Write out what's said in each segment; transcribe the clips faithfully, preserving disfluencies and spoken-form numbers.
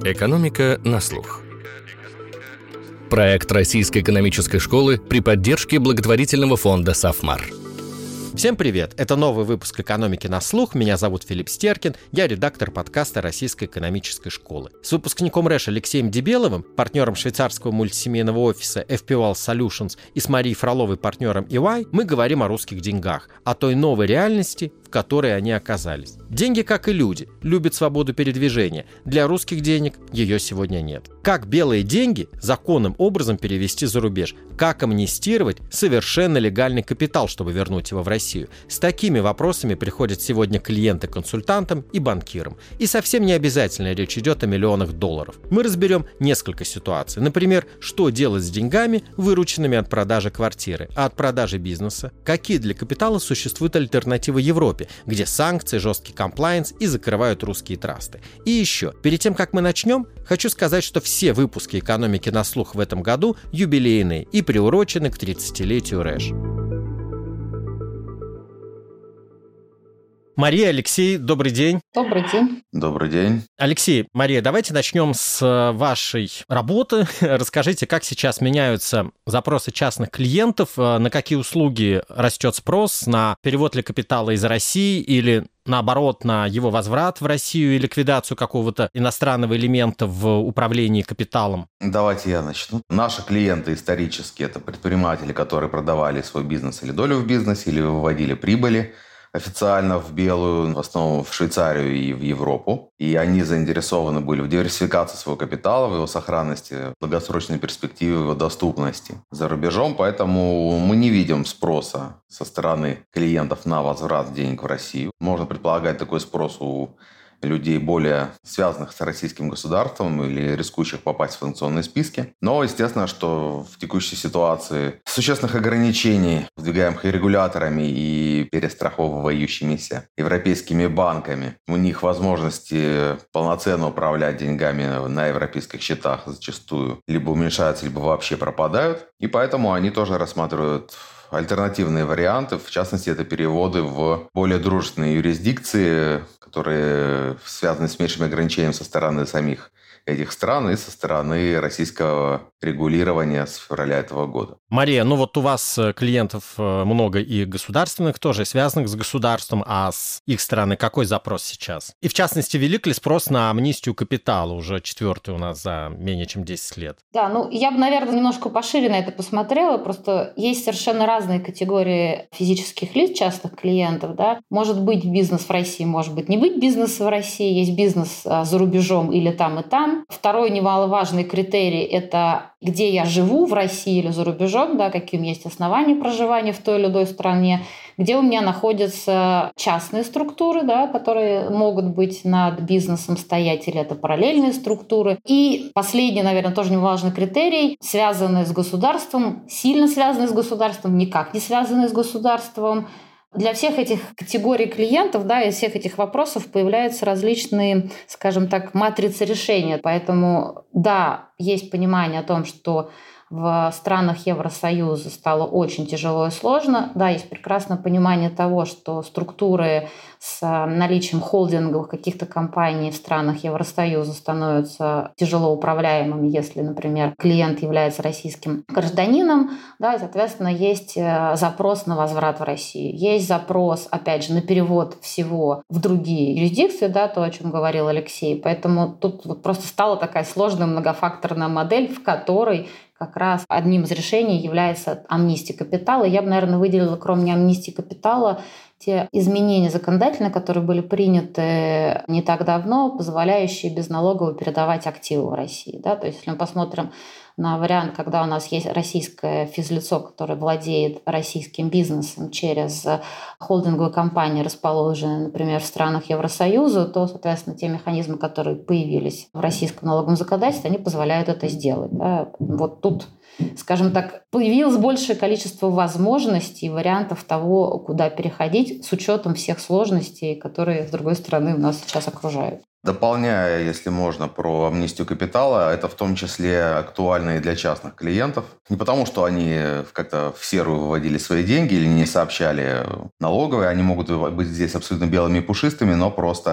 Экономика на слух. Проект Российской экономической школы при поддержке благотворительного фонда «Сафмар». Всем привет! Это новый выпуск «Экономики на слух». Меня зовут Филипп Стеркин. Я редактор подкаста Российской экономической школы. С выпускником РЭШ Алексеем Дебеловым, партнером швейцарского мультисемейного офиса эф пи Wealth Solutions, и с Марией Фроловой, партнером и уай, мы говорим о русских деньгах, о той новой реальности, в которой они оказались. Деньги, как и люди, любят свободу передвижения. Для русских денег ее сегодня нет. Как белые деньги законным образом перевести за рубеж? Как амнистировать совершенно легальный капитал, чтобы вернуть его в Россию? С такими вопросами приходят сегодня клиенты к консультантам и банкирам. И совсем не обязательно речь идет о миллионах долларов. Мы разберем несколько ситуаций. Например, что делать с деньгами, вырученными от продажи квартиры, а от продажи бизнеса? Какие для капитала существуют альтернативы Европе, где санкции, жесткий комплаенс и закрывают русские трасты? И еще, перед тем, как мы начнем, хочу сказать, что все выпуски «Экономики на слух» в этом году юбилейные и приурочены к тридцатилетию РЭШ. Мария, Алексей, добрый день. Добрый день. Добрый день. Алексей, Мария, давайте начнем с вашей работы. Расскажите, как сейчас меняются запросы частных клиентов, на какие услуги растет спрос, на перевод ли капитала из России или, наоборот, на его возврат в Россию и ликвидацию какого-то иностранного элемента в управлении капиталом? Давайте я начну. Наши клиенты исторически – это предприниматели, которые продавали свой бизнес или долю в бизнесе, или выводили прибыли официально в белую, в основном в Швейцарию и в Европу. И они заинтересованы были в диверсификации своего капитала, в его сохранности, в долгосрочной перспективе, в его доступности за рубежом. Поэтому мы не видим спроса со стороны клиентов на возврат денег в Россию. Можно предполагать такой спрос у людей, более связанных с российским государством или рискующих попасть в санкционные списки. Но, естественно, что в текущей ситуации существенных ограничений, выдвигаемых и регуляторами, и перестраховывающимися европейскими банками, у них возможности полноценно управлять деньгами на европейских счетах зачастую либо уменьшаются, либо вообще пропадают. И поэтому они тоже рассматривают альтернативные варианты, в частности, это переводы в более дружественные юрисдикции, которые связаны с меньшими ограничениями со стороны самих этих стран и со стороны российского регулирования с февраля этого года. Мария, ну вот у вас клиентов много и государственных тоже, связанных с государством, а с их стороны какой запрос сейчас? И в частности, велик ли спрос на амнистию капитала, уже четвертый у нас за менее чем десять лет? Да, ну я бы, наверное, немножко пошире на это посмотрела, просто есть совершенно разные категории физических лиц, частных клиентов, да. Может быть бизнес в России, может быть не быть бизнеса в России, есть бизнес за рубежом или там и там. Второй немаловажный критерий – это где я живу, в России или за рубежом, да, каким есть основания проживания в той или иной стране, где у меня находятся частные структуры, да, которые могут быть над бизнесом стоять, или это параллельные структуры. И последний, наверное, тоже немаловажный критерий, связанный с государством, сильно связанный с государством, никак не связанный с государством. Для всех этих категорий клиентов, да, из всех этих вопросов появляются различные, скажем так, матрицы решения. Поэтому, да, есть понимание о том, что в странах Евросоюза стало очень тяжело и сложно. Да, есть прекрасное понимание того, что структуры с наличием холдинговых каких-то компаний в странах Евросоюза становятся тяжело управляемыми, если, например, клиент является российским гражданином. Да, и, соответственно, есть запрос на возврат в Россию. Есть запрос, опять же, на перевод всего в другие юрисдикции, да, то, о чем говорил Алексей. Поэтому тут вот просто стала такая сложная многофакторная модель, в которой как раз одним из решений является амнистия капитала. Я бы, наверное, выделила, кроме амнистии капитала, те изменения законодательные, которые были приняты не так давно, позволяющие безналогово передавать активы в России. Да? То есть, если мы посмотрим на вариант, когда у нас есть российское физлицо, которое владеет российским бизнесом через холдинговые компании, расположенные, например, в странах Евросоюза, то, соответственно, те механизмы, которые появились в российском налоговом законодательстве, они позволяют это сделать. Да? Вот тут, скажем так, появилось большее количество возможностей и вариантов того, куда переходить, с учетом всех сложностей, которые, с другой стороны, у нас сейчас окружают. Дополняя, если можно, про амнистию капитала, это в том числе актуально и для частных клиентов. Не потому, что они как-то в серую выводили свои деньги или не сообщали налоговые, они могут быть здесь абсолютно белыми и пушистыми, но просто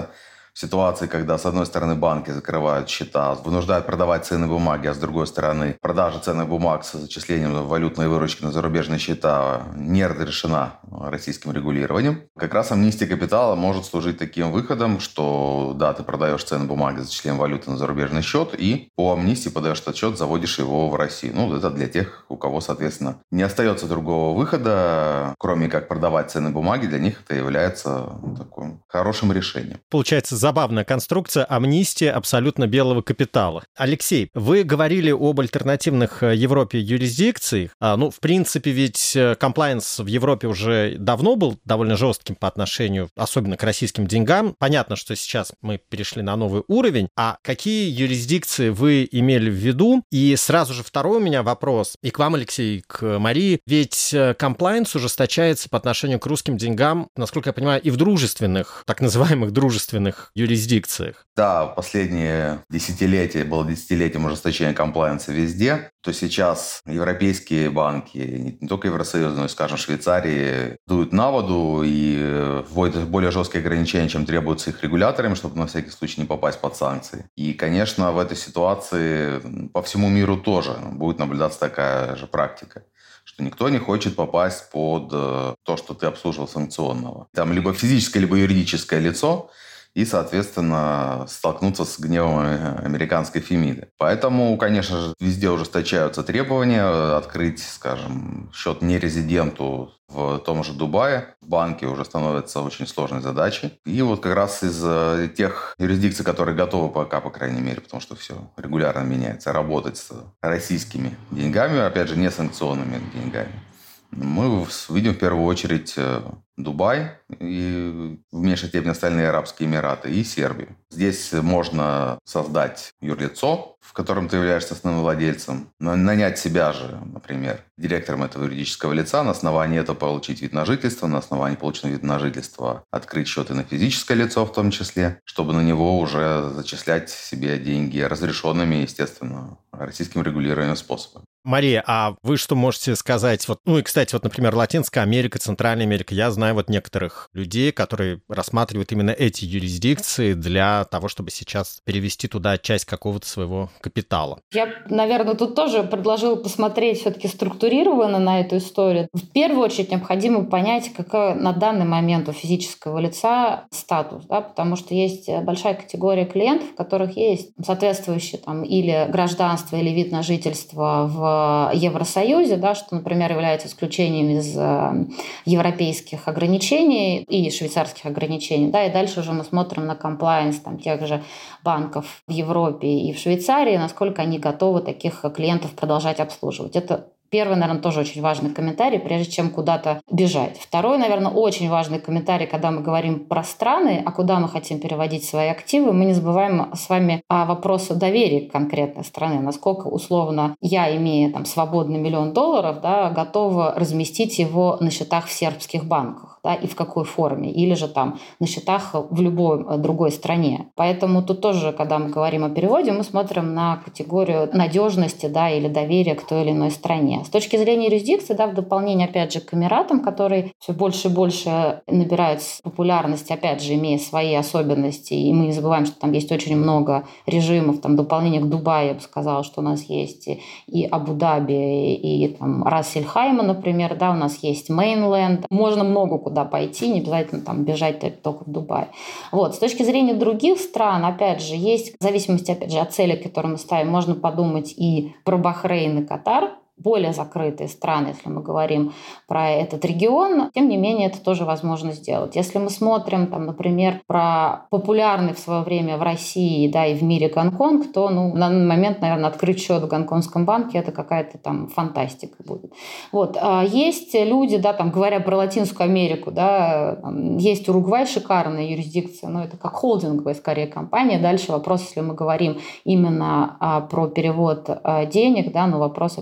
В ситуации, когда, с одной стороны, банки закрывают счета, вынуждают продавать ценные бумаги, а с другой стороны, продажа ценных бумаг с зачислением валютной выручки на зарубежные счета не разрешена российским регулированием. Как раз амнистия капитала может служить таким выходом, что, да, ты продаешь ценные бумаги с зачислением валюты на зарубежный счет, и по амнистии подаешь этот счет, заводишь его в Россию. Ну, это для тех, у кого, соответственно, не остается другого выхода, кроме как продавать ценные бумаги. Для них это является таким хорошим решением. Получается, забавная конструкция амнистия абсолютно белого капитала. Алексей, вы говорили об альтернативных Европе юрисдикциях. Ну, в принципе, ведь комплаенс в Европе уже давно был довольно жестким по отношению, особенно к российским деньгам. Понятно, что сейчас мы перешли на новый уровень. А какие юрисдикции вы имели в виду? И сразу же второй у меня вопрос. И к вам, Алексей, и к Марии. Ведь комплаенс ужесточается по отношению к русским деньгам, насколько я понимаю, и в дружественных, так называемых дружественных юрисдикциях. Да, последние десятилетия было десятилетием ужесточения комплаенса везде. То сейчас европейские банки, не только Евросоюз, но и, скажем, Швейцарии, дуют на воду и вводят более жесткие ограничения, чем требуется их регуляторами, чтобы на всякий случай не попасть под санкции. И, конечно, в этой ситуации по всему миру тоже будет наблюдаться такая же практика, что никто не хочет попасть под то, что ты обслуживал санкционного. Там либо физическое, либо юридическое лицо, и, соответственно, столкнуться с гневом американской Фемиды. Поэтому, конечно же, везде ужесточаются требования. Открыть, скажем, счет нерезиденту в том же Дубае в банке уже становится очень сложной задачей. И вот как раз из тех юрисдикций, которые готовы пока, по крайней мере, потому что все регулярно меняется, работать с российскими деньгами, опять же, не санкционными деньгами, мы видим в первую очередь Дубай и в меньшей степени остальные Арабские Эмираты и Сербию. Здесь можно создать юрлицо, в котором ты являешься основным владельцем, нанять себя же, например, директором этого юридического лица, на основании этого получить вид на жительство, на основании полученного вида на жительство открыть счеты на физическое лицо в том числе, чтобы на него уже зачислять себе деньги разрешенными, естественно, российским регулируемым способом. Мария, а вы что можете сказать? Вот, ну и, кстати, вот, например, Латинская Америка, Центральная Америка. Я знаю вот некоторых людей, которые рассматривают именно эти юрисдикции для того, чтобы сейчас перевести туда часть какого-то своего капитала. Я, наверное, тут тоже предложила посмотреть все-таки структурированно на эту историю. В первую очередь необходимо понять, какой на данный момент у физического лица статус, да, потому что есть большая категория клиентов, у которых есть соответствующее там или гражданство, или вид на жительство в Евросоюзе, да, что, например, является исключением из европейских ограничений и швейцарских ограничений. Да, и дальше уже мы смотрим на комплаенс там, тех же банков в Европе и в Швейцарии, насколько они готовы таких клиентов продолжать обслуживать. Это первый, наверное, тоже очень важный комментарий, прежде чем куда-то бежать. Второй, наверное, очень важный комментарий, когда мы говорим про страны, а куда мы хотим переводить свои активы, мы не забываем с вами о вопросе доверия к конкретной стране. Насколько, условно, я, имея там свободный миллион долларов, да, готова разместить его на счетах в сербских банках, да, и в какой форме, или же там на счетах в любой другой стране. Поэтому тут тоже, когда мы говорим о переводе, мы смотрим на категорию надежности, да, или доверия к той или иной стране. С точки зрения юрисдикции, да, в дополнение, опять же, к Эмиратам, которые все больше и больше набирают популярность, опять же, имея свои особенности, и мы не забываем, что там есть очень много режимов, там, дополнение к Дубаю, я бы сказала, что у нас есть и, и Абу-Даби, и там Рас-Эль-Хайма, например, да, у нас есть Мейнленд, можно много куда пойти, не обязательно там бежать только в Дубай. Вот. С точки зрения других стран, опять же, есть, в зависимости, опять же, от цели, которую мы ставим, можно подумать и про Бахрейн и Катар, более закрытые страны, если мы говорим про этот регион, тем не менее, это тоже возможно сделать. Если мы смотрим, там, например, про популярный в свое время в России, да, и в мире Гонконг, то, ну, на данный момент, наверное, открыть счет в гонконгском банке – это какая-то там фантастика будет. Вот. А есть люди, да, там, говоря про Латинскую Америку, да, есть Уругвай, шикарная юрисдикция, но это как холдинговая, скорее, компания. Дальше вопрос, если мы говорим именно а, про перевод а, денег, да, но вопрос, опять же, доверия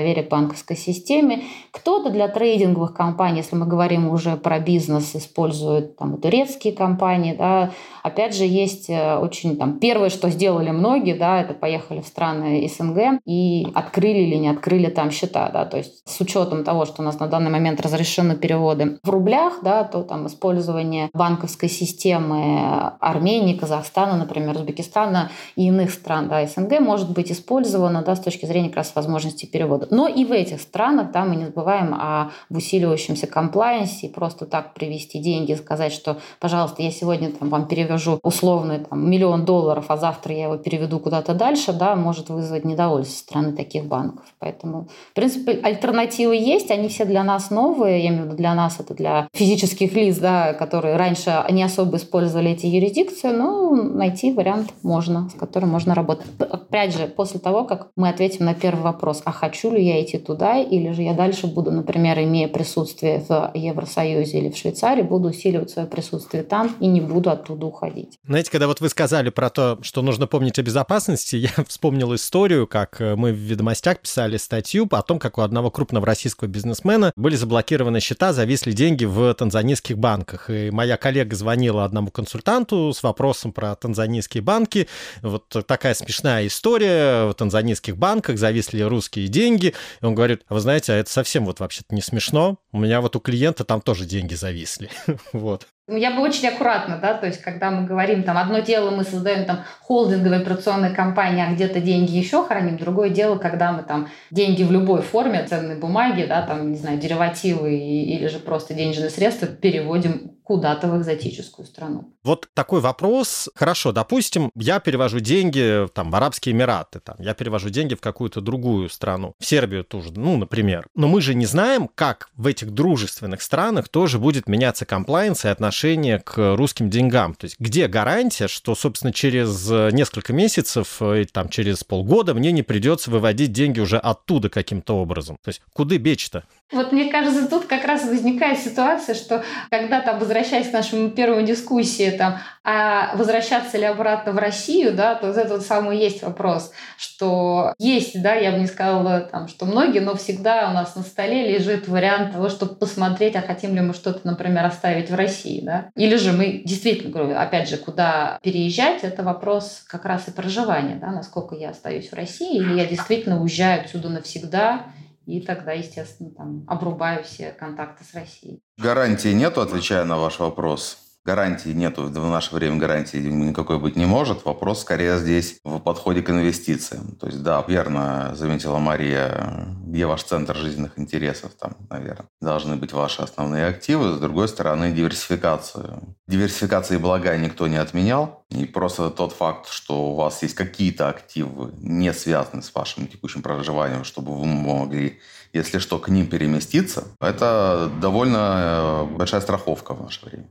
доверие к банковской системе. Кто-то для трейдинговых компаний, если мы говорим уже про бизнес, использует там, и турецкие компании. Да. Опять же, есть очень там, первое, что сделали многие, да, это поехали в страны СНГ и открыли или не открыли там счета. Да. То есть с учетом того, что у нас на данный момент разрешены переводы в рублях, да, то там использование банковской системы Армении, Казахстана, например, Узбекистана и иных стран, да, СНГ может быть использовано, да, с точки зрения как раз возможности перевода. Но и в этих странах, да, мы не забываем о усиливающемся комплаенсе, просто так привести деньги, сказать, что, пожалуйста, я сегодня там, вам перевяжу условный там, миллион долларов, а завтра я его переведу куда-то дальше, да, может вызвать недовольство со стороны таких банков. Поэтому, в принципе, альтернативы есть, они все для нас новые, я имею в виду для нас, это для физических лиц, да, которые раньше не особо использовали эти юрисдикции, но найти вариант можно, с которым можно работать. Опять же, после того, как мы ответим на первый вопрос, а хочу ли я идти туда, или же я дальше буду, например, имея присутствие в Евросоюзе или в Швейцарии, буду усиливать свое присутствие там и не буду оттуда уходить. Знаете, когда вот вы сказали про то, что нужно помнить о безопасности, я вспомнил историю, как мы в «Ведомостях» писали статью о том, как у одного крупного российского бизнесмена были заблокированы счета, зависли деньги в танзанийских банках. И моя коллега звонила одному консультанту с вопросом про танзанийские банки. Вот такая смешная история. В танзанийских банках зависли русские деньги. И он говорит, а вы знаете, а это совсем вот вообще-то не смешно. У меня вот у клиента там тоже деньги зависли. Вот. Я бы очень аккуратно, да, то есть когда мы говорим, там, одно дело мы создаем там холдинговые операционные компании, а где-то деньги еще храним, другое дело, когда мы там деньги в любой форме, ценные бумаги, да, там, не знаю, деривативы или же просто денежные средства переводим куда-то в экзотическую страну. Вот такой вопрос. Хорошо, допустим, я перевожу деньги там, в Арабские Эмираты, там, я перевожу деньги в какую-то другую страну, в Сербию тоже, ну, например. Но мы же не знаем, как в этих дружественных странах тоже будет меняться комплаенс и отношение к русским деньгам. То есть где гарантия, что, собственно, через несколько месяцев, и, там, через полгода мне не придется выводить деньги уже оттуда каким-то образом? То есть куда бечь-то? Вот мне кажется, тут как раз возникает ситуация, что когда там, возвращаясь к нашему первой дискуссии, там, а возвращаться ли обратно в Россию, да, то вот это вот самый есть вопрос, что есть, да, я бы не сказала, там, что многие, но всегда у нас на столе лежит вариант того, чтобы посмотреть, а хотим ли мы что-то, например, оставить в России, да, или же мы действительно, говорю, опять же, куда переезжать, это вопрос как раз и проживания, да, насколько я остаюсь в России, или я действительно уезжаю отсюда навсегда, и тогда, естественно, там, обрубаю все контакты с Россией. Гарантии нету, отвечая на ваш вопрос. Гарантии нету. В наше время гарантии никакой быть не может. Вопрос скорее здесь в подходе к инвестициям. То есть, да, верно заметила Мария, где ваш центр жизненных интересов, там, наверное, должны быть ваши основные активы. С другой стороны, диверсификацию. Диверсификации блага никто не отменял. И просто тот факт, что у вас есть какие-то активы, не связанные с вашим текущим проживанием, чтобы вы могли, если что, к ним переместиться, это довольно большая страховка в наше время.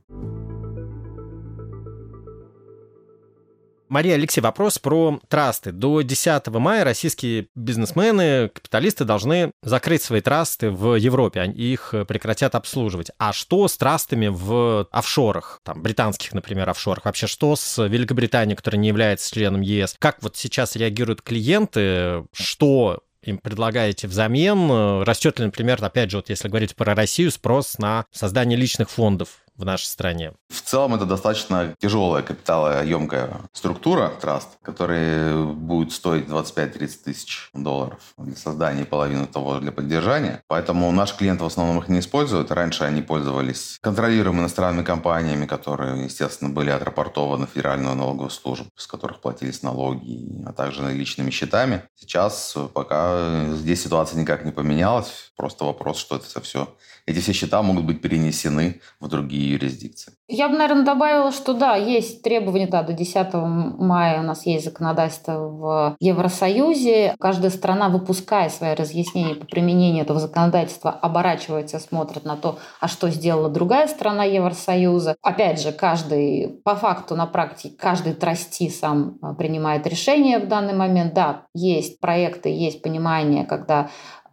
Мария, Алексей, вопрос про трасты. До десятого мая российские бизнесмены, капиталисты должны закрыть свои трасты в Европе, их прекратят обслуживать. А что с трастами в офшорах, там, британских, например, офшорах? Вообще, что с Великобританией, которая не является членом ЕС? Как вот сейчас реагируют клиенты? Что им предлагаете взамен? Растет ли, например, опять же, вот если говорить про Россию, спрос на создание личных фондов в нашей стране? В целом это достаточно тяжелая капиталоемкая структура, траст, который будет стоить двадцать пять-тридцать тысяч долларов для создания и половину того для поддержания. Поэтому наши клиенты в основном их не используют. Раньше они пользовались контролируемыми иностранными компаниями, которые, естественно, были отрапортованы в Федеральную налоговую службу, с которых платились налоги, а также наличными счетами. Сейчас пока здесь ситуация никак не поменялась. Просто вопрос, что это все... Эти все счета могут быть перенесены в другие юрисдикции. Я бы, наверное, добавила, что да, есть требования, да, до десятого мая у нас есть законодательство в Евросоюзе. Каждая страна, выпуская свои разъяснения по применению этого законодательства, оборачивается, смотрит на то, а что сделала другая страна Евросоюза. Опять же, каждый, по факту, на практике, каждый трасти сам принимает решение в данный момент. Да, есть проекты, есть понимание, когда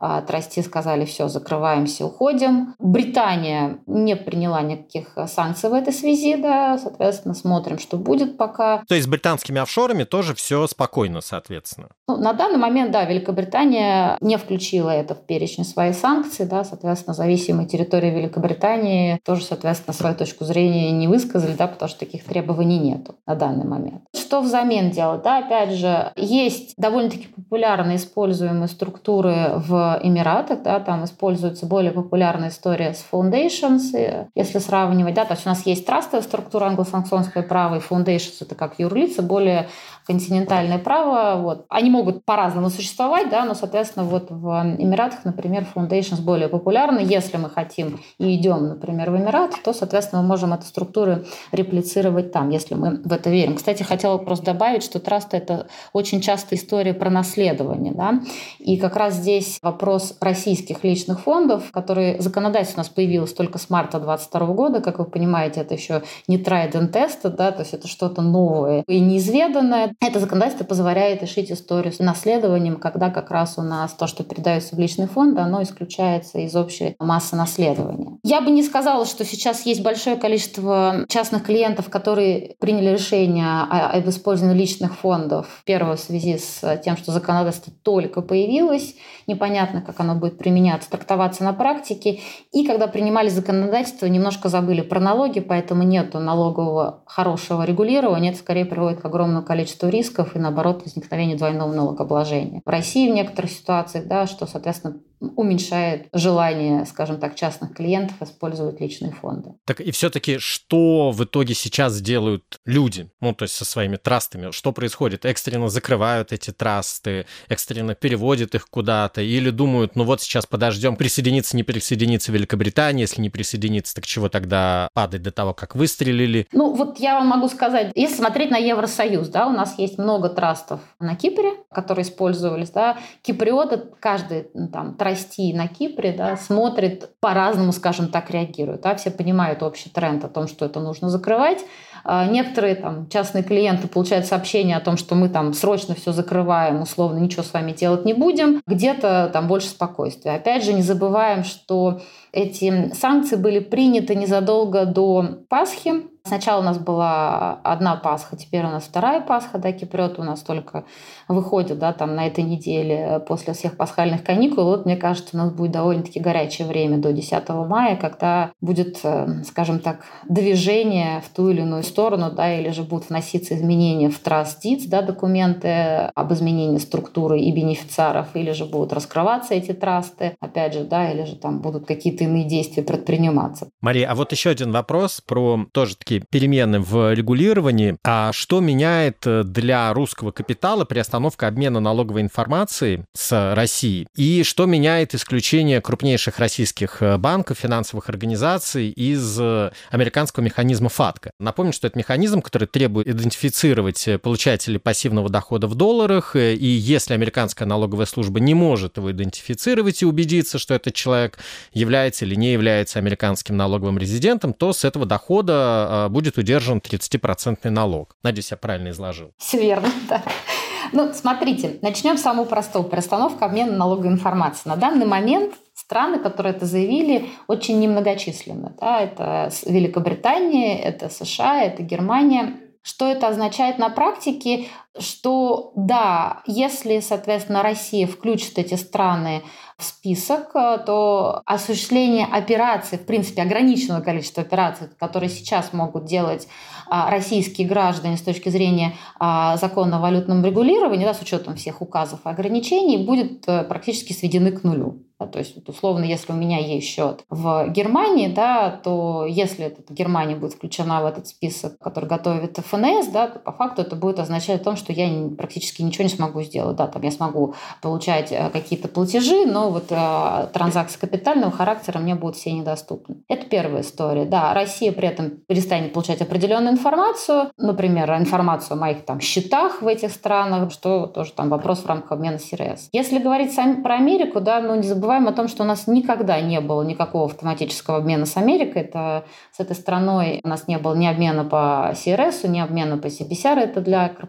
трасти сказали, все, закрываемся, уходим. Британия не приняла никаких санкций в этой связи, да, соответственно, смотрим, что будет пока. То есть с британскими офшорами тоже все спокойно, соответственно? Ну, на данный момент, да, Великобритания не включила это в перечень своих санкций, да, соответственно, зависимые территории Великобритании тоже, соответственно, свою точку зрения не высказали, да, потому что таких требований нету на данный момент. Что взамен делать? Да, опять же, есть довольно-таки популярно используемые структуры в Эмиратах, да, там используется более популярная история с foundations, если сравнивать, да, то есть у нас есть трастовая структура, англосаксонское право, и foundations — это как юрлица, более континентальное право, вот. Они могут по-разному существовать, да, но, соответственно, вот в Эмиратах, например, foundations более популярны. Если мы хотим и идем, например, в Эмират, то, соответственно, мы можем эту структуру реплицировать там, если мы в это верим. Кстати, хотела просто добавить, что трасты — это очень часто история про наследование, да, и как раз здесь вопрос российских личных фондов, которые законодательство у нас появилось только с марта двадцать второго года, как вы понимаете, это еще не tried and tested, да, то есть это что-то новое и неизведанное. Это законодательство позволяет решить историю с наследованием, когда как раз у нас то, что передается в личный фонд, оно исключается из общей массы наследования. Я бы не сказала, что сейчас есть большое количество частных клиентов, которые приняли решение об использовании личных фондов. Первое, в связи с тем, что законодательство только появилось, непонятно, как оно будет применяться, трактоваться на практике. И когда принимали законодательство, немножко забыли про налоги, поэтому нет налогового хорошего регулирования. Это скорее приводит к огромному количеству рисков и, наоборот, возникновению двойного налогообложения. В России в некоторых ситуациях, да, что, соответственно, уменьшает желание, скажем так, частных клиентов использовать личные фонды. Так и все-таки что в итоге сейчас делают люди, ну, то есть со своими трастами? Что происходит? Экстренно закрывают эти трасты, экстренно переводят их куда-то или думают, ну вот сейчас подождем, присоединиться, не присоединиться Великобритания, если не присоединиться, так чего тогда падать до того, как выстрелили? Ну, вот я вам могу сказать, если смотреть на Евросоюз, да, у нас есть много трастов на Кипре, которые использовались, да, киприоты, каждый там трасти на Кипре, да, смотрит по-разному, скажем так, реагирует. Да, все понимают общий тренд о том, что это нужно закрывать. Некоторые там частные клиенты получают сообщение о том, что мы там срочно все закрываем, условно ничего с вами делать не будем. Где-то там больше спокойствия. Опять же, не забываем, что эти санкции были приняты незадолго до Пасхи. Сначала у нас была одна Пасха, теперь у нас вторая Пасха, да, киприоты у нас только выходят, да, там на этой неделе после всех пасхальных каникул. Вот, мне кажется, у нас будет довольно-таки горячее время до десятого мая, когда будет, скажем так, движение в ту или иную сторону, да, или же будут вноситься изменения в Trust-Deeds, да, документы об изменении структуры и бенефициаров, или же будут раскрываться эти трасты, опять же, да, или же там будут какие-то иные действия предприниматься. Мария, а вот еще один вопрос про тоже такие перемены в регулировании. А что меняет для русского капитала приостановка обмена налоговой информацией с Россией? И что меняет исключение крупнейших российских банков, финансовых организаций из американского механизма фатка? Напомню, что это механизм, который требует идентифицировать получателей пассивного дохода в долларах, и если американская налоговая служба не может его идентифицировать и убедиться, что этот человек является или не является американским налоговым резидентом, то с этого дохода будет удержан тридцатипроцентный налог. Надеюсь, я правильно изложил. Все верно, да. Ну, смотрите, начнем с самого простого. Приостановка обмена налоговой информации. На данный момент страны, которые это заявили, очень немногочисленны. Да? Это Великобритания, это США, это Германия. Что это означает на практике? Что да, если, соответственно, Россия включит эти страны в список, то осуществление операций, в принципе, ограниченного количества операций, которые сейчас могут делать российские граждане с точки зрения закона о валютном регулировании, да, с учетом всех указов и ограничений, будет практически сведены к нулю. То есть, условно, если у меня есть счет в Германии, да, то если эта Германия будет включена в этот список, который готовит эф эн эс, да, то по факту это будет означать о том, что я практически ничего не смогу сделать. Да, там я смогу получать какие-то платежи, но вот э, транзакции капитального характера мне будут все недоступны. Это первая история. Да, Россия при этом перестанет получать определенную информацию, например, информацию о моих там счетах в этих странах, что тоже там вопрос в рамках обмена си эр эс. Если говорить сами про Америку, да, ну не забываем о том, что у нас никогда не было никакого автоматического обмена с Америкой. Это, с этой страной у нас не было ни обмена по си эр эс, ни обмена по си би си ар, это для корпораций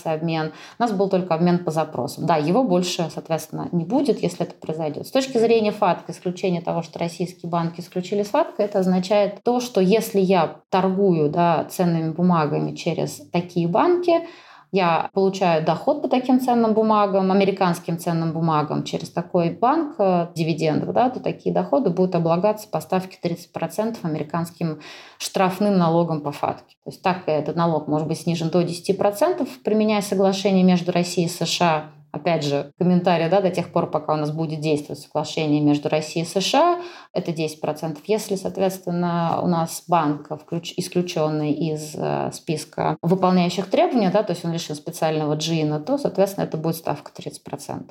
состоялся обмен. У нас был только обмен по запросам. Да, его больше, соответственно, не будет, если это произойдет. С точки зрения ФАТК, исключение того, что российские банки исключили с ФАТК, это означает то, что если я торгую, да, ценными бумагами через такие банки, я получаю доход по таким ценным бумагам, американским ценным бумагам через такой банк, дивидендов, да, то такие доходы будут облагаться по ставке тридцать процентов американским штрафным налогом по ФАТК. То есть так этот налог может быть снижен до десять процентов, применяя соглашение между Россией и США. Опять же, комментарий, да, до тех пор, пока у нас будет действовать соглашение между Россией и США, это десять процентов. Если, соответственно, у нас банк включ... исключенный из э, списка выполняющих требования, да, то есть он лишен специального джина, то, соответственно, это будет ставка тридцать процентов.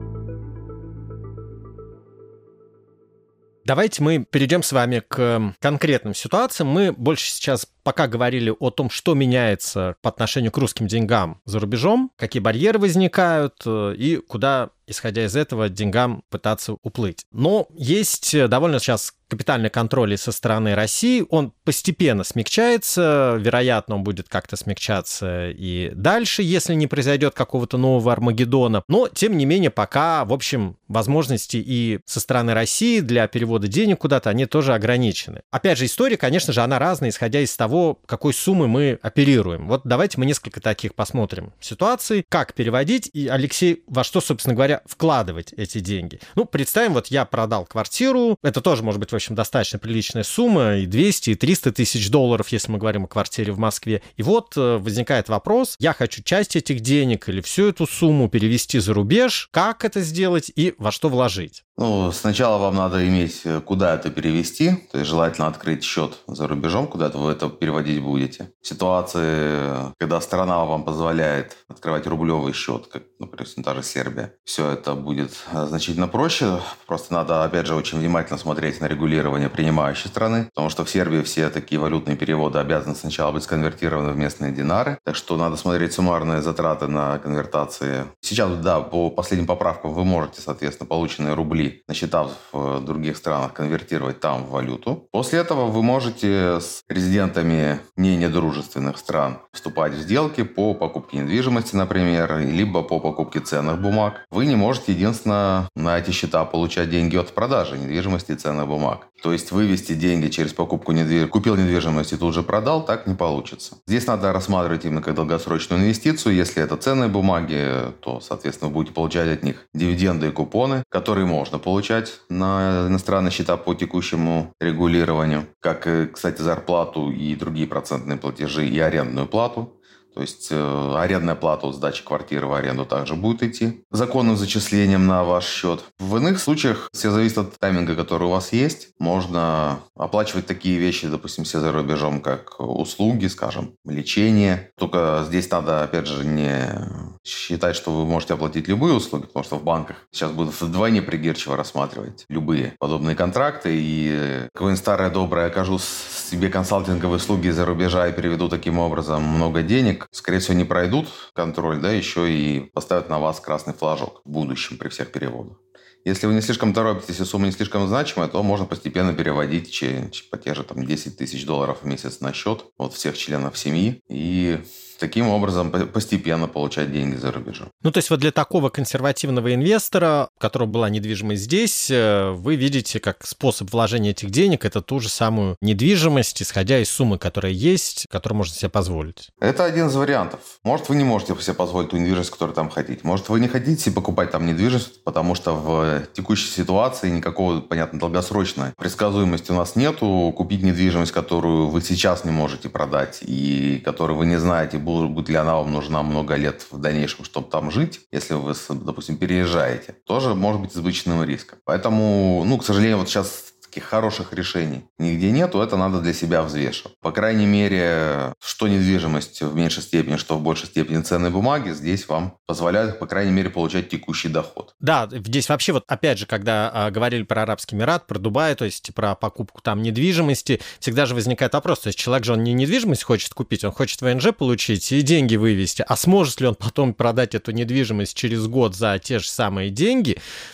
Давайте мы перейдем с вами к конкретным ситуациям. Мы больше сейчас пока говорили о том, что меняется по отношению к русским деньгам за рубежом, какие барьеры возникают и куда, исходя из этого, деньгам пытаться уплыть. Но есть довольно сейчас капитальный контроль со стороны России. Он постепенно смягчается. Вероятно, он будет как-то смягчаться и дальше, если не произойдет какого-то нового Армагеддона. Но, тем не менее, пока, в общем, возможности и со стороны России для перевода денег куда-то, они тоже ограничены. Опять же, история, конечно же, она разная, исходя из того, какой суммы мы оперируем. Вот давайте мы несколько таких посмотрим ситуаций, как переводить, и, Алексей, во что, собственно говоря, вкладывать эти деньги. Ну, представим, вот я продал квартиру, это тоже может быть, в общем, достаточно приличная сумма, и двести, и триста тысяч долларов, если мы говорим о квартире в Москве. И вот возникает вопрос, я хочу часть этих денег или всю эту сумму перевести за рубеж, как это сделать и во что вложить? Ну, сначала вам надо иметь, куда это перевести, то есть желательно открыть счет за рубежом, куда вы это переводить будете. В ситуации, когда страна вам позволяет открывать рублевый счет, как, например, та же Сербия, все это будет значительно проще. Просто надо, опять же, очень внимательно смотреть на регулирование принимающей страны, потому что в Сербии все такие валютные переводы обязаны сначала быть сконвертированы в местные динары, так что надо смотреть суммарные затраты на конвертации. Сейчас, да, по последним поправкам вы можете, соответственно, полученные рубли на счета в других странах конвертировать там в валюту. После этого вы можете с резидентами не недружественных стран вступать в сделки по покупке недвижимости, например, либо по покупке ценных бумаг. Вы не можете, единственно, на эти счета получать деньги от продажи недвижимости и ценных бумаг. То есть вывести деньги через покупку недвижимости, купил недвижимость и тут же продал, так не получится. Здесь надо рассматривать именно как долгосрочную инвестицию. Если это ценные бумаги, то, соответственно, вы будете получать от них дивиденды и купоны, которые можно получать на иностранные счета по текущему регулированию, как, кстати, зарплату и другие процентные платежи и арендную плату. То есть э, арендная плата от сдачи квартиры в аренду также будет идти законным зачислением на ваш счет. В иных случаях все зависит от тайминга, который у вас есть. Можно оплачивать такие вещи, допустим, все за рубежом, как услуги, скажем, лечение. Только здесь надо, опять же, не считать, что вы можете оплатить любые услуги, потому что в банках сейчас будут вдвойне придирчиво рассматривать любые подобные контракты. И какое-нибудь старое доброе окажу себе консалтинговые услуги за рубежа и переведу таким образом много денег, скорее всего, не пройдут контроль, да, еще и поставят на вас красный флажок в будущем при всех переводах. Если вы не слишком торопитесь и сумма не слишком значимая, то можно постепенно переводить по те же там, десять тысяч долларов в месяц на счет от всех членов семьи и таким образом постепенно получать деньги за рубежом. Ну, то есть вот для такого консервативного инвестора, у которого была недвижимость здесь, вы видите как способ вложения этих денег это ту же самую недвижимость, исходя из суммы, которая есть, которую можно себе позволить. Это один из вариантов. Может, вы не можете себе позволить ту недвижимость, которую там хотите. Может, вы не хотите себе покупать там недвижимость, потому что в текущей ситуации никакого, понятно, долгосрочной предсказуемости у нас нету. Купить недвижимость, которую вы сейчас не можете продать и которую вы не знаете, будет ли она вам нужна много лет в дальнейшем, чтобы там жить, если вы, допустим, переезжаете, тоже может быть избыточным риском. Поэтому, ну, к сожалению, вот сейчас таких хороших решений нигде нету, это надо для себя взвешивать. По крайней мере, что недвижимость в меньшей степени, что в большей степени ценные бумаги, здесь вам позволяют, по крайней мере, получать текущий доход. Да, здесь вообще вот опять же, когда а, говорили про Арабский Эмират, про Дубай, то есть про покупку там недвижимости, всегда же возникает вопрос, то есть человек же он не недвижимость хочет купить, он хочет ВНЖ получить и деньги вывести, а сможет ли он потом продать эту недвижимость через год за те же самые деньги,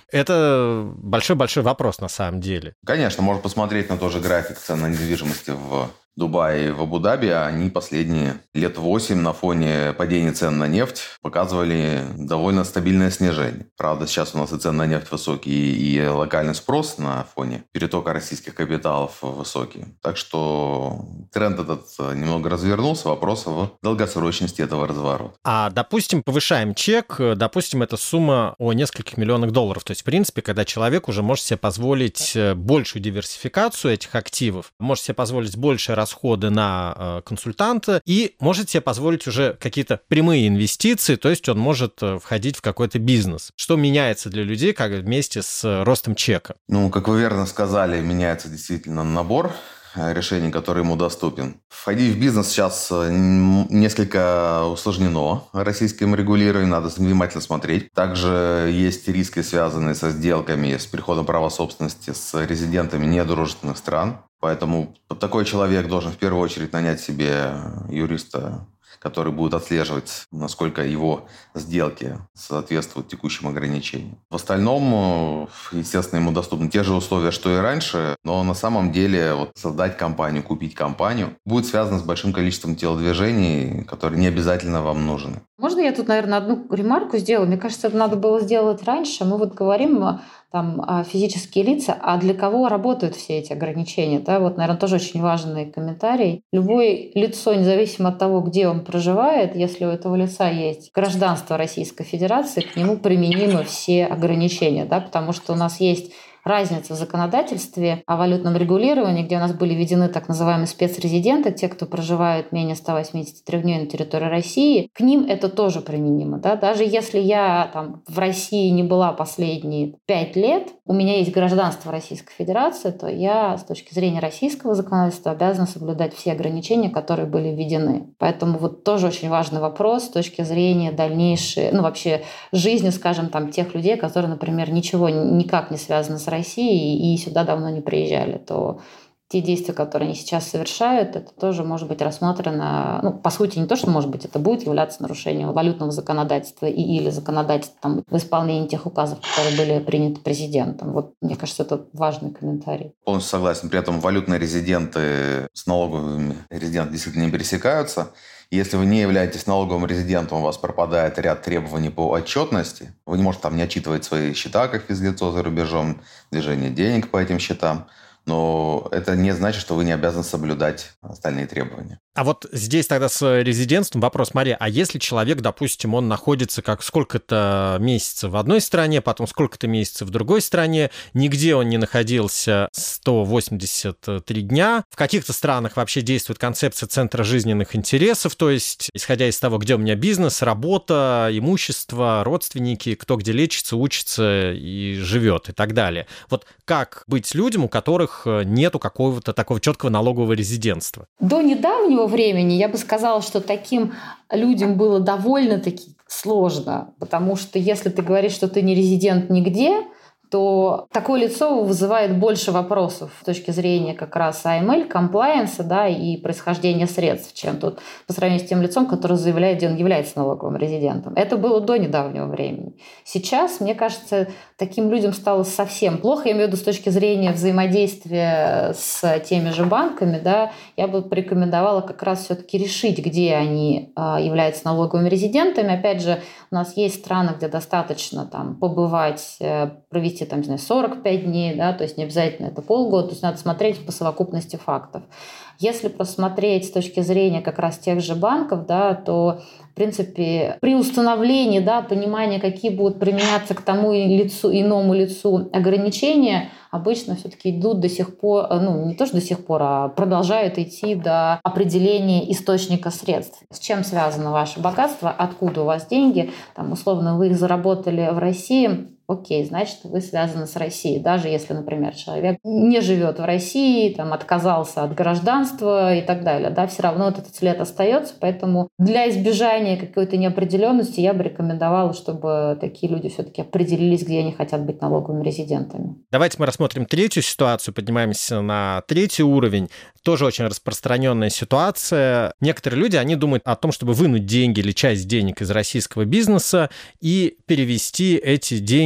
это большой-большой вопрос на самом деле. Конечно. Конечно, можно посмотреть на тот же график цен на недвижимости в Дубае и в Абу-Даби, они последние лет восемь на фоне падения цен на нефть показывали довольно стабильное снижение. Правда, сейчас у нас и цены на нефть высокие, и локальный спрос на фоне перетока российских капиталов высокий. Так что тренд этот немного развернулся, вопрос в долгосрочности этого разворота. А, допустим, повышаем чек, допустим, это сумма о нескольких миллионах долларов. То есть, в принципе, когда человек уже может себе позволить большую диверсификацию этих активов, может себе позволить больше расходы на консультанта и может себе позволить уже какие-то прямые инвестиции, то есть он может входить в какой-то бизнес. Что меняется для людей как вместе с ростом чека? Ну, как вы верно сказали, меняется действительно набор решений, который ему доступен. Входить в бизнес сейчас несколько усложнено российским регулированием, надо внимательно смотреть. Также есть риски, связанные со сделками, с переходом права собственности с резидентами недружественных стран. Поэтому такой человек должен в первую очередь нанять себе юриста, который будет отслеживать, насколько его сделки соответствуют текущим ограничениям. В остальном, естественно, ему доступны те же условия, что и раньше, но на самом деле вот создать компанию, купить компанию будет связано с большим количеством телодвижений, которые не обязательно вам нужны. Можно я тут, наверное, одну ремарку сделаю? Мне кажется, это надо было сделать раньше. Мы вот говорим там физические лица, а для кого работают все эти ограничения? Да? Вот, наверное, тоже очень важный комментарий. Любое лицо, независимо от того, где он проживает, если у этого лица есть гражданство Российской Федерации, к нему применимы все ограничения, да? Потому что у нас есть разница в законодательстве о валютном регулировании, где у нас были введены так называемые спецрезиденты, те, кто проживает менее ста восьмидесяти трёх дней на территории России, к ним это тоже применимо. Да? Даже если я там, в России не была последние пять лет, у меня есть гражданство Российской Федерации, то я с точки зрения российского законодательства обязана соблюдать все ограничения, которые были введены. Поэтому вот тоже очень важный вопрос с точки зрения дальнейшей, ну вообще жизни, скажем, там тех людей, которые, например, ничего никак не связаны с России и сюда давно не приезжали, то те действия, которые они сейчас совершают, это тоже может быть рассмотрено, ну, по сути, не то, что может быть, это будет являться нарушением валютного законодательства и или законодательства там, в исполнении тех указов, которые были приняты президентом. Вот, мне кажется, это важный комментарий. Полностью согласен. При этом валютные резиденты с налоговыми резидентами действительно не пересекаются. Если вы не являетесь налоговым резидентом, у вас пропадает ряд требований по отчетности. Вы не можете там не отчитывать свои счета как физлицо за рубежом, движение денег по этим счетам. Но это не значит, что вы не обязаны соблюдать остальные требования. А вот здесь тогда с резидентством вопрос, Мария, а если человек, допустим, он находится как сколько-то месяцев в одной стране, потом сколько-то месяцев в другой стране, нигде он не находился сто восемьдесят три дня, в каких-то странах вообще действует концепция центра жизненных интересов, то есть, исходя из того, где у меня бизнес, работа, имущество, родственники, кто где лечится, учится и живет и так далее. Вот как быть людям, у которых нету какого-то такого четкого налогового резидентства? До недавнего времени я бы сказала, что таким людям было довольно-таки сложно, потому что если ты говоришь, что ты не резидент нигде, то такое лицо вызывает больше вопросов с точки зрения как раз эй эм эл, комплаенса, да, и происхождения средств, чем тут по сравнению с тем лицом, который заявляет, где он является налоговым резидентом. Это было до недавнего времени. Сейчас, мне кажется, таким людям стало совсем плохо. Я имею в виду с точки зрения взаимодействия с теми же банками, да, я бы порекомендовала как раз все-таки решить, где они являются налоговыми резидентами. Опять же, у нас есть страны, где достаточно там побывать, провести там, не знаю, сорок пять дней, да, то есть не обязательно это полгода, то есть надо смотреть по совокупности фактов. Если посмотреть с точки зрения как раз тех же банков, да, то, в принципе, при установлении, да, понимания, какие будут применяться к тому лицу, иному лицу ограничения, обычно все-таки идут до сих пор, ну, не то что до сих пор, а продолжают идти до определения источника средств. С чем связано ваше богатство, откуда у вас деньги, там, условно, вы их заработали в России, окей, значит, вы связаны с Россией. Даже если, например, человек не живет в России, там, отказался от гражданства и так далее, да, все равно вот этот след остается. Поэтому для избежания какой-то неопределенности я бы рекомендовала, чтобы такие люди все-таки определились, где они хотят быть налоговыми резидентами. Давайте мы рассмотрим третью ситуацию, поднимаемся на третий уровень. Тоже очень распространенная ситуация. Некоторые люди, они думают о том, чтобы вынуть деньги или часть денег из российского бизнеса и перевести эти деньги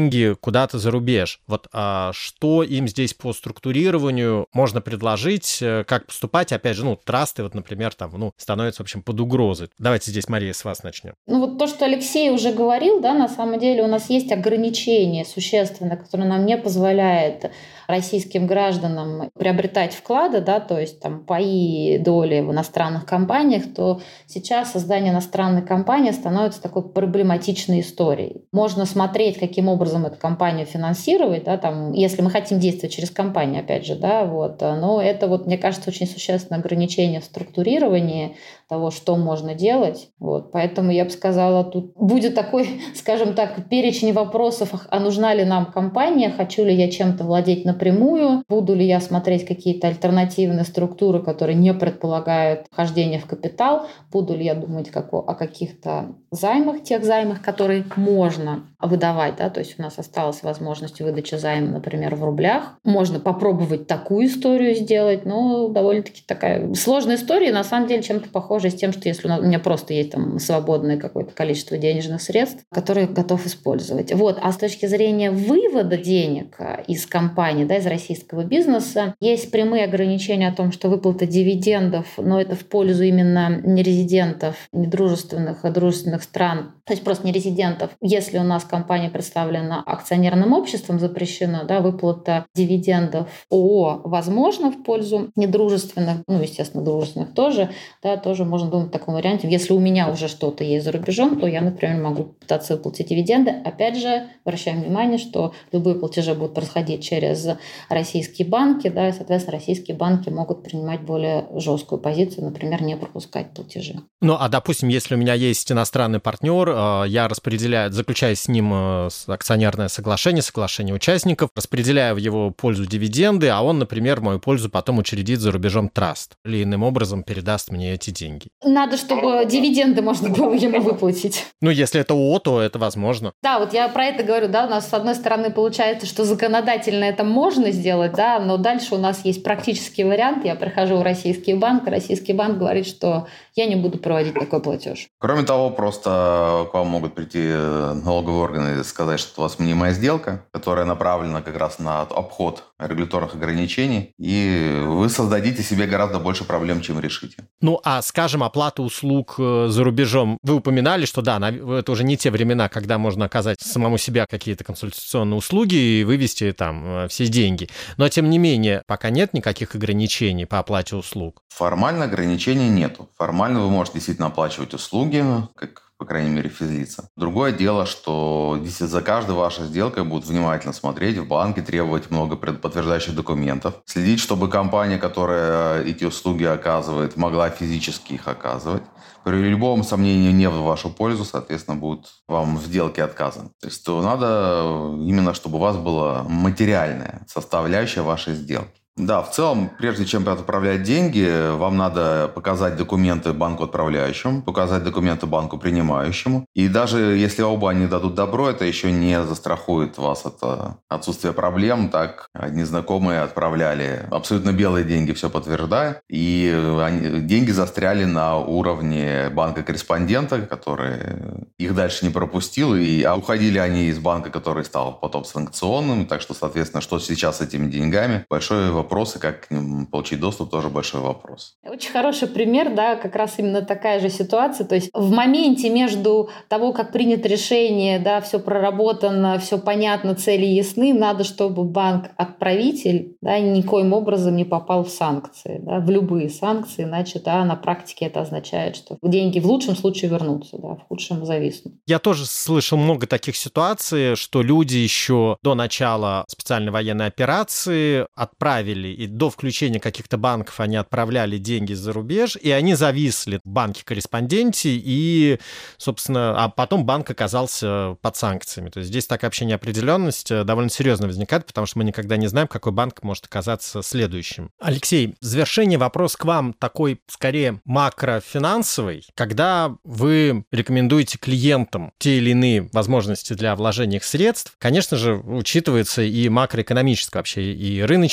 деньги куда-то за рубеж. Вот а что им здесь по структурированию можно предложить, как поступать? Опять же, ну, трасты, вот, например, там, ну, становятся, в общем, под угрозой. Давайте здесь, Мария, с вас начнем. Ну, вот то, что Алексей уже говорил, да, на самом деле у нас есть ограничения существенные, которые нам не позволяют российским гражданам приобретать вклады, да, то есть там паи, доли в иностранных компаниях, то сейчас создание иностранной компании становится такой проблематичной историей. Можно смотреть, каким образом эту компанию финансировать, да, там, если мы хотим действовать через компанию, опять же, да, вот, но это вот, мне кажется, очень существенное ограничение в структурировании того, что можно делать. Вот, поэтому я бы сказала, тут будет такой, скажем так, перечень вопросов, а нужна ли нам компания, хочу ли я чем-то владеть напрямую, буду ли я смотреть какие-то альтернативные структуры, которые не предполагают вхождение в капитал, буду ли я думать как о, о каких-то займах, тех займах, которые можно выдавать, да, то есть у нас осталась возможность выдачи займа, например, в рублях. Можно попробовать такую историю сделать, но довольно-таки такая сложная история, на самом деле чем-то похожа с тем, что если у меня просто есть там свободное какое-то количество денежных средств, которые я готов использовать. Вот. А с точки зрения вывода денег из компании, да, из российского бизнеса, есть прямые ограничения о том, что выплата дивидендов, но это в пользу именно нерезидентов, недружественных, а дружественных стран, то есть просто нерезидентов. Если у нас компания представлена акционерным обществом, запрещена, да, выплата дивидендов ООО возможно в пользу недружественных, ну, естественно, дружественных тоже, да, тоже можно думать в таком варианте. Если у меня уже что-то есть за рубежом, то я, например, могу пытаться выплатить дивиденды. Опять же, обращаем внимание, что любые платежи будут происходить через российские банки, да, и, соответственно, российские банки могут принимать более жесткую позицию, например, не пропускать платежи. Ну, а, допустим, если у меня есть иностранный партнер, я распределяю, заключаю с ним акционерное соглашение, соглашение участников, распределяю в его пользу дивиденды, а он, например, в мою пользу потом учредит за рубежом траст или иным образом передаст мне эти деньги. Надо, чтобы дивиденды можно было ему выплатить. Ну, если это ООО, то это возможно. Да, вот я про это говорю, да, у нас с одной стороны получается, что законодательно это можно сделать, да, но дальше у нас есть практический вариант. Я прихожу в российский банк, российский банк говорит, что я не буду проводить такой платеж. Кроме того, просто к вам могут прийти налоговые органы и сказать, что у вас мнимая сделка, которая направлена как раз на обход регуляторных ограничений, и вы создадите себе гораздо больше проблем, чем решите. Ну, а, скажем, оплата услуг за рубежом. Вы упоминали, что да, это уже не те времена, когда можно оказать самому себе какие-то консультационные услуги и вывести там все деньги. Но, тем не менее, пока нет никаких ограничений по оплате услуг. Формально ограничений нету. Формально вы можете действительно оплачивать услуги, как по крайней мере, физлица. Другое дело, что за каждой вашей сделкой будут внимательно смотреть в банке, требовать много подтверждающих документов, следить, чтобы компания, которая эти услуги оказывает, могла физически их оказывать. При любом сомнении не в вашу пользу, соответственно, будет вам в сделке отказано. То есть то надо именно, чтобы у вас была материальная составляющая вашей сделки. Да, в целом, прежде чем отправлять деньги, вам надо показать документы банку отправляющему, показать документы банку принимающему. И даже если оба они дадут добро, это еще не застрахует вас от отсутствия проблем. Так, одни знакомые отправляли абсолютно белые деньги, все подтверждая, и они, деньги застряли на уровне банка-корреспондента, который их дальше не пропустил, и, а уходили они из банка, который стал потом санкционным. Так что, соответственно, что сейчас с этими деньгами? Большой вопрос. Вопросы, как к ним получить доступ, тоже большой вопрос. Очень хороший пример, да, как раз именно такая же ситуация. То есть в моменте между того, как принято решение, да, все проработано, все понятно, цели ясны, надо, чтобы банк-отправитель, да, никоим образом не попал в санкции, да, в любые санкции, иначе, да, на практике это означает, что деньги в лучшем случае вернутся, да, в худшем зависнут. Я тоже слышал много таких ситуаций, что люди еще до начала специальной военной операции отправили и до включения каких-то банков они отправляли деньги за рубеж, и они зависли в банке-корреспонденте, и, собственно, а потом банк оказался под санкциями. То есть здесь такая вообще неопределенность довольно серьезно возникает, потому что мы никогда не знаем, какой банк может оказаться следующим. Алексей, в завершение вопрос к вам такой, скорее, макрофинансовый. Когда вы рекомендуете клиентам те или иные возможности для вложения их средств, конечно же, учитывается и макроэкономическое вообще, и рыночные риски,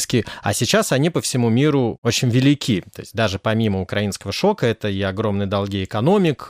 риски, а сейчас они по всему миру очень велики. То есть даже помимо украинского шока, это и огромные долги экономик,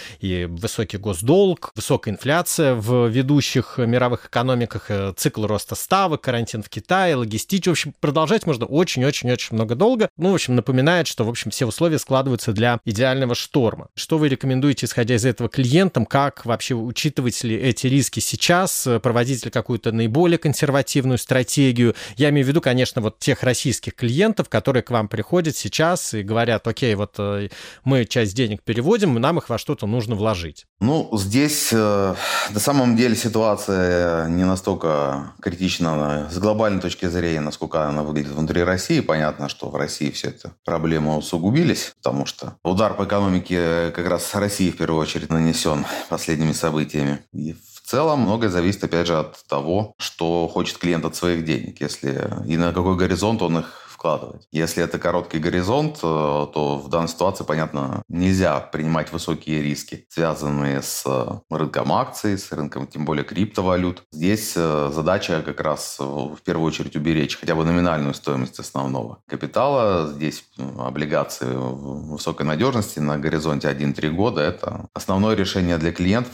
и высокий госдолг, высокая инфляция в ведущих мировых экономиках, цикл роста ставок, карантин в Китае, логистика. В общем, продолжать можно очень-очень-очень много долго. Ну, в общем, напоминает, что, в общем, все условия складываются для идеального шторма. Что вы рекомендуете, исходя из этого, клиентам? Как вообще учитывать ли эти риски сейчас? Проводить ли какую-то наиболее консервативную стратегию? Я имею в виду, конечно, вот тех российских клиентов, которые к вам приходят сейчас и говорят: окей, вот мы часть денег переводим, нам их во что-то нужно вложить. Ну, здесь э, на самом деле ситуация не настолько критична с глобальной точки зрения, насколько она выглядит внутри России. Понятно, что в России все это проблемы усугубились, потому что удар по экономике как раз России в первую очередь нанесен последними событиями. И в целом многое зависит, опять же, от того, что хочет клиент от своих денег, если и на какой горизонт он их вкладывать. Если это короткий горизонт, то в данной ситуации, понятно, нельзя принимать высокие риски, связанные с рынком акций, с рынком, тем более, криптовалют. Здесь задача как раз в первую очередь уберечь хотя бы номинальную стоимость основного капитала. Здесь облигации высокой надежности на горизонте один-три года – это основное решение для клиентов.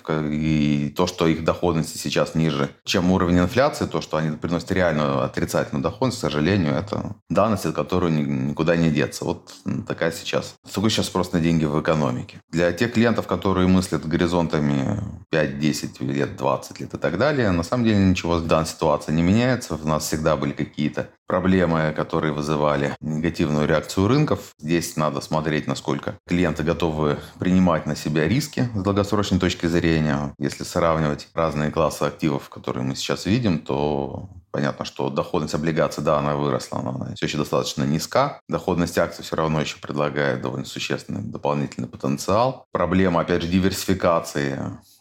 И то, что их доходности сейчас ниже, чем уровень инфляции, то, что они приносят реальную отрицательную доходность, к сожалению, это данность, от которой никуда не деться. Вот такая сейчас. Такой сейчас спрос на деньги в экономике. Для тех клиентов, которые мыслят горизонтами пять-десять лет, двадцать лет и так далее, на самом деле ничего в данной ситуации не меняется. У нас всегда были какие-то проблемы, которые вызывали негативную реакцию рынков. Здесь надо смотреть, насколько клиенты готовы принимать на себя риски с долгосрочной точки зрения. Если сравнивать разные классы активов, которые мы сейчас видим, то понятно, что доходность облигаций, да, она выросла, но она все еще достаточно низка. Доходность акций все равно еще предлагает довольно существенный дополнительный потенциал. Проблема, опять же, диверсификации,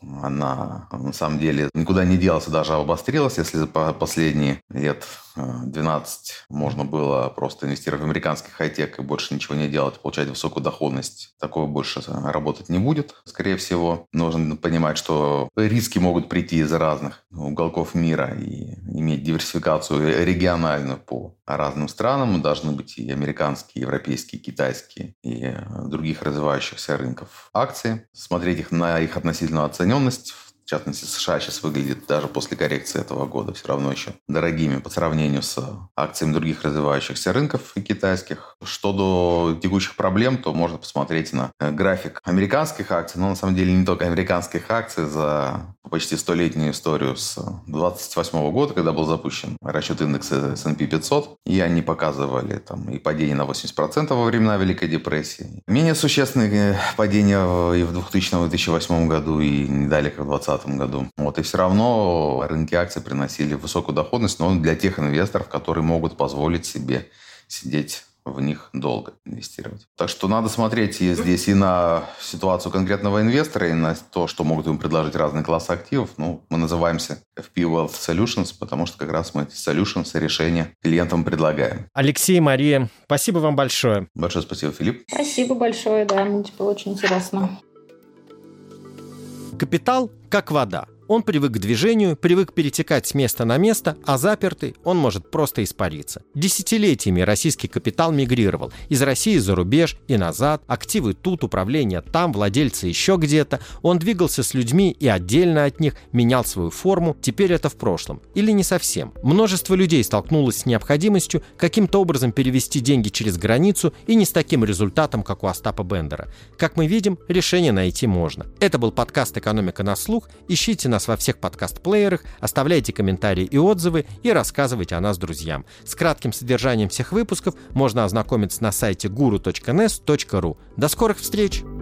она на самом деле никуда не делась и даже обострилась. Если за последние лет двенадцать можно было просто инвестировать в американский хай-тек и больше ничего не делать, получать высокую доходность, такого больше работать не будет, скорее всего. Нужно понимать, что риски могут прийти из разных уголков мира, и иметь диверсификацию региональную по разным странам. Должны быть и американские, и европейские, и китайские, и других развивающихся рынков акций. Смотреть их на их относительную оцененность. В частности, США сейчас выглядит даже после коррекции этого года все равно еще дорогими по сравнению с акциями других развивающихся рынков и китайских. Что до текущих проблем, то можно посмотреть на график американских акций, но на самом деле не только американских акций. За почти столетнюю историю с двадцать восьмого года, когда был запущен расчет индекса эс энд пи пятьсот, и они показывали там и падение на восемьдесят процентов во времена Великой депрессии. Менее существенные падения и в двухтысячном - две тысячи восьмом году, и не далее, как в двадцатом году. Вот, и все равно рынки акций приносили высокую доходность, но для тех инвесторов, которые могут позволить себе сидеть в них долго, инвестировать. Так что надо смотреть и здесь и на ситуацию конкретного инвестора, и на то, что могут ему предложить разные классы активов. Ну, мы называемся эф пи Wealth Solutions, потому что как раз мы эти solutions, решения клиентам предлагаем. Алексей, Мария, спасибо вам большое. Большое спасибо, Филипп. Спасибо большое, да, мне было очень интересно. Капитал как вода. Он привык к движению, привык перетекать с места на место, а запертый он может просто испариться. Десятилетиями российский капитал мигрировал из России за рубеж и назад, активы тут, управление там, владельцы еще где-то. Он двигался с людьми и отдельно от них, менял свою форму, теперь это в прошлом. Или не совсем. Множество людей столкнулось с необходимостью каким-то образом перевести деньги через границу, и не с таким результатом, как у Остапа Бендера. Как мы видим, решение найти можно. Это был подкаст «Экономика на слух». Ищите нас во всех подкаст-плеерах, оставляйте комментарии и отзывы и рассказывайте о нас друзьям. С кратким содержанием всех выпусков можно ознакомиться на сайте гуру точка нэс точка ру. До скорых встреч!